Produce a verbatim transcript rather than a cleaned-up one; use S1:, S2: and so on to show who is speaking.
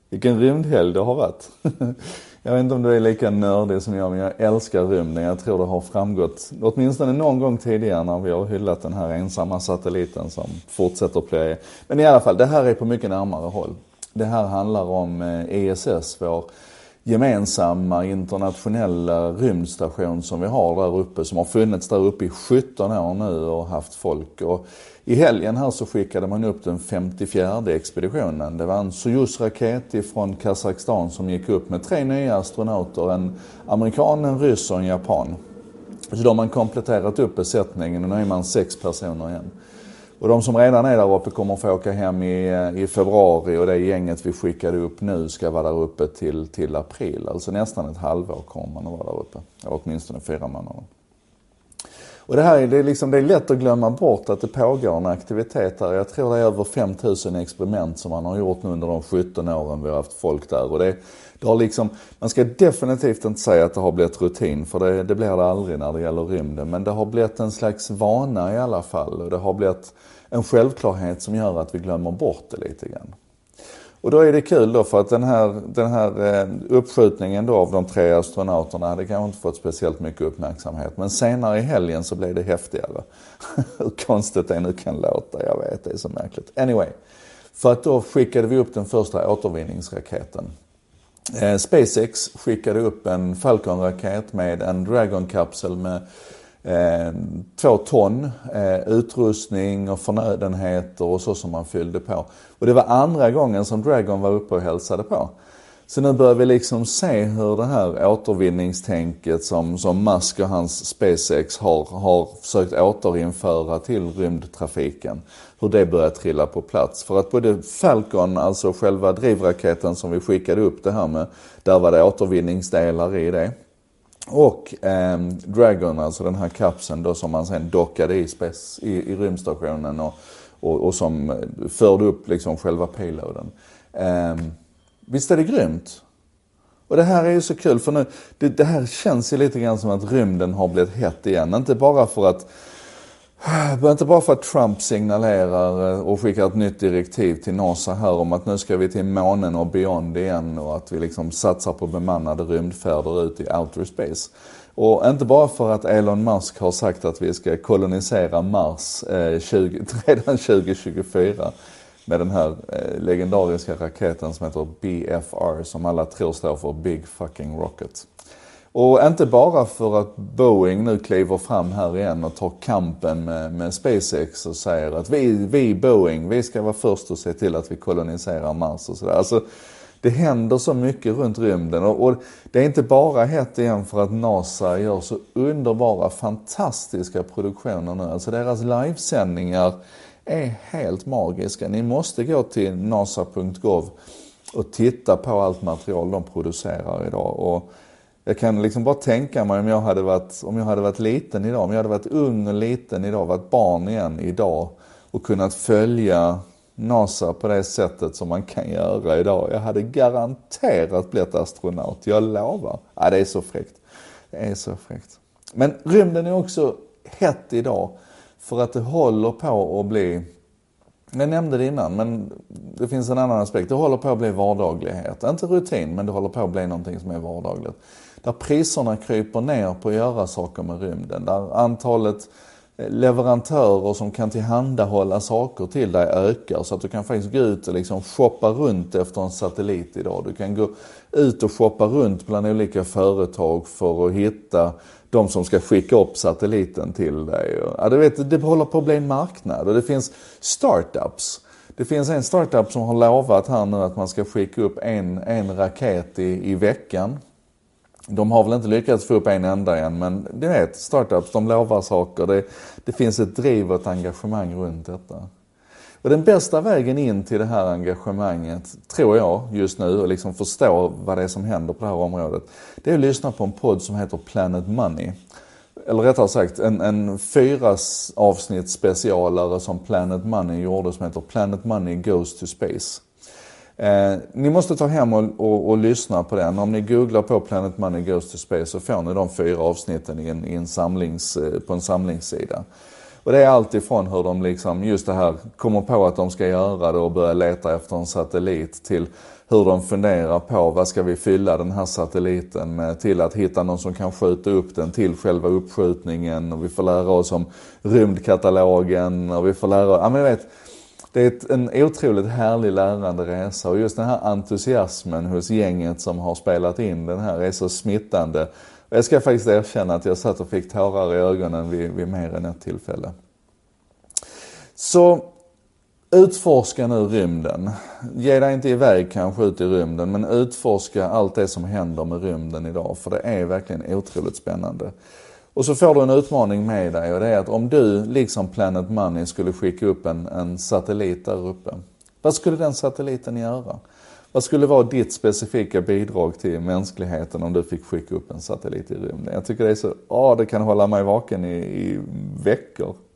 S1: Vilken rymdhelg det har varit. Jag vet inte om du är lika nördig som jag, men jag älskar rymden. Jag tror det har framgått åtminstone någon gång tidigare när vi har hyllat den här ensamma satelliten som fortsätter plöja. Men i alla fall, det här är på mycket närmare håll. Det här handlar om E S S, vår gemensamma internationella rymdstation som vi har där uppe, som har funnits där uppe i sjutton år nu och haft folk. Och i helgen här så skickade man upp den femtiofjärde expeditionen. Det var en Soyuz-raket från Kazakstan som gick upp med tre nya astronauter, en amerikan, en ryss och en japan. Så då har man kompletterat upp besättningen och nu är man sex personer igen. Och de som redan är där uppe kommer få åka hem i, i februari, och det gänget vi skickade upp nu ska vara där uppe till, till april. Alltså nästan ett halvår kommer man att vara där uppe. Eller åtminstone fyra månader. Och det här är, det är, liksom, det är lätt att glömma bort att det pågår en aktivitet där. Jag tror det är över fem tusen experiment som man har gjort nu under de sjutton åren vi har haft folk där. Och det, det har liksom, man ska definitivt inte säga att det har blivit rutin, för det, det blir det aldrig när det gäller rymden. Men det har blivit en slags vana i alla fall, och det har blivit en självklarhet som gör att vi glömmer bort det lite grann. Och då är det kul då, för att den här, den här uppskjutningen då av de tre astronauterna hade kanske inte fått speciellt mycket uppmärksamhet. Men senare i helgen så blev det häftigare. Hur konstigt det nu kan låta, jag vet, det är så märkligt. Anyway, för att då skickade vi upp den första återvinningsraketen. Eh, SpaceX skickade upp en Falcon-raket med en Dragon-kapsel med Eh, två ton eh, utrustning och förnödenheter och så som man fyllde på. Och det var andra gången som Dragon var uppe och hälsade på. Så nu börjar vi liksom se hur det här återvinningstänket som, som Musk och hans SpaceX har, har försökt återinföra till rymdtrafiken, hur det börjar trilla på plats. För att både Falcon, alltså själva drivraketen som vi skickade upp det här med, där var det återvinningsdelar i det. Och eh, Dragon, alltså den här kapseln då som man sen dockade i, space, i, i rymdstationen och, och, och som förde upp liksom själva payloaden. Eh, visst är det grymt? Och det här är ju så kul, för nu, det, det här känns ju lite grann som att rymden har blivit hett igen. Inte bara för att Inte bara för att Trump signalerar och skickar ett nytt direktiv till NASA här om att nu ska vi till månen och beyond igen, och att vi liksom satsar på bemannade rymdfärder ut i outer space. Och inte bara för att Elon Musk har sagt att vi ska kolonisera Mars eh, tjugo, redan tjugo tjugofyra med den här eh, legendariska raketen som heter B F R, som alla tror står för Big Fucking Rocket. Och inte bara för att Boeing nu kliver fram här igen och tar kampen med, med SpaceX och säger att vi, vi Boeing, vi ska vara först och se till att vi koloniserar Mars och sådär. Alltså, det händer så mycket runt rymden, och, och det är inte bara hett igen för att NASA gör så underbara, fantastiska produktioner nu. Alltså deras livesändningar är helt magiska. Ni måste gå till nasa punkt gov och titta på allt material de producerar idag. Och jag kan liksom bara tänka mig om jag hade varit, om jag hade varit liten idag, om jag hade varit ung och liten idag, varit barn igen idag och kunnat följa NASA på det sättet som man kan göra idag. Jag hade garanterat blivit astronaut, jag lovar. Ja, det är så fräckt. Det är så fräckt. Men rymden är också hett idag för att det håller på att bli, jag nämnde det innan, men det finns en annan aspekt. Det håller på att bli vardaglighet. Inte rutin, men det håller på att bli någonting som är vardagligt. Där priserna kryper ner på att göra saker med rymden. Där antalet leverantörer som kan tillhandahålla saker till dig ökar, så att du kan faktiskt gå ut och liksom shoppa runt efter en satellit idag. Du kan gå ut och shoppa runt bland olika företag för att hitta de som ska skicka upp satelliten till dig. Ja, du vet, det håller på att bli en marknad, och det finns startups. Det finns en startup som har lovat här nu att man ska skicka upp en, en raket i, i veckan. De har väl inte lyckats få upp en enda än, men du vet, startups, de lovar saker. Det, det finns ett driv och ett engagemang runt detta. Och den bästa vägen in till det här engagemanget, tror jag just nu, och liksom förstå vad det är som händer på det här området, det är att lyssna på en podd som heter Planet Money. Eller rättare sagt, en, en fyra avsnitt specialare som Planet Money gjorde, som heter Planet Money Goes to Space. Eh, ni måste ta hem och, och, och lyssna på den. Om ni googlar på Planet Money Goes to Space så får ni de fyra avsnitten i en, i en samlings, på en samlingssida. Och det är allt ifrån hur de liksom, just det här, kommer på att de ska göra det och börja leta efter en satellit, till hur de funderar på vad ska vi fylla den här satelliten med, till att hitta någon som kan skjuta upp den, till själva uppskjutningen, och vi får lära oss om rymdkatalogen och vi får lära oss, ja men vet, det är ett, en otroligt härlig lärande resa, och just den här entusiasmen hos gänget som har spelat in den här är så smittande. Och jag ska faktiskt erkänna att jag satt och fick tårar i ögonen vid, vid mer än ett tillfälle. Så utforska nu rymden. Ge dig inte iväg kanske ut i rymden, men utforska allt det som händer med rymden idag, för det är verkligen otroligt spännande. Och så får du en utmaning med dig, och det är att om du, liksom Planet Money, skulle skicka upp en, en satellit där uppe. Vad skulle den satelliten göra? Vad skulle vara ditt specifika bidrag till mänskligheten om du fick skicka upp en satellit i rymden? Jag tycker det är så, ja det kan hålla mig vaken i, i veckor.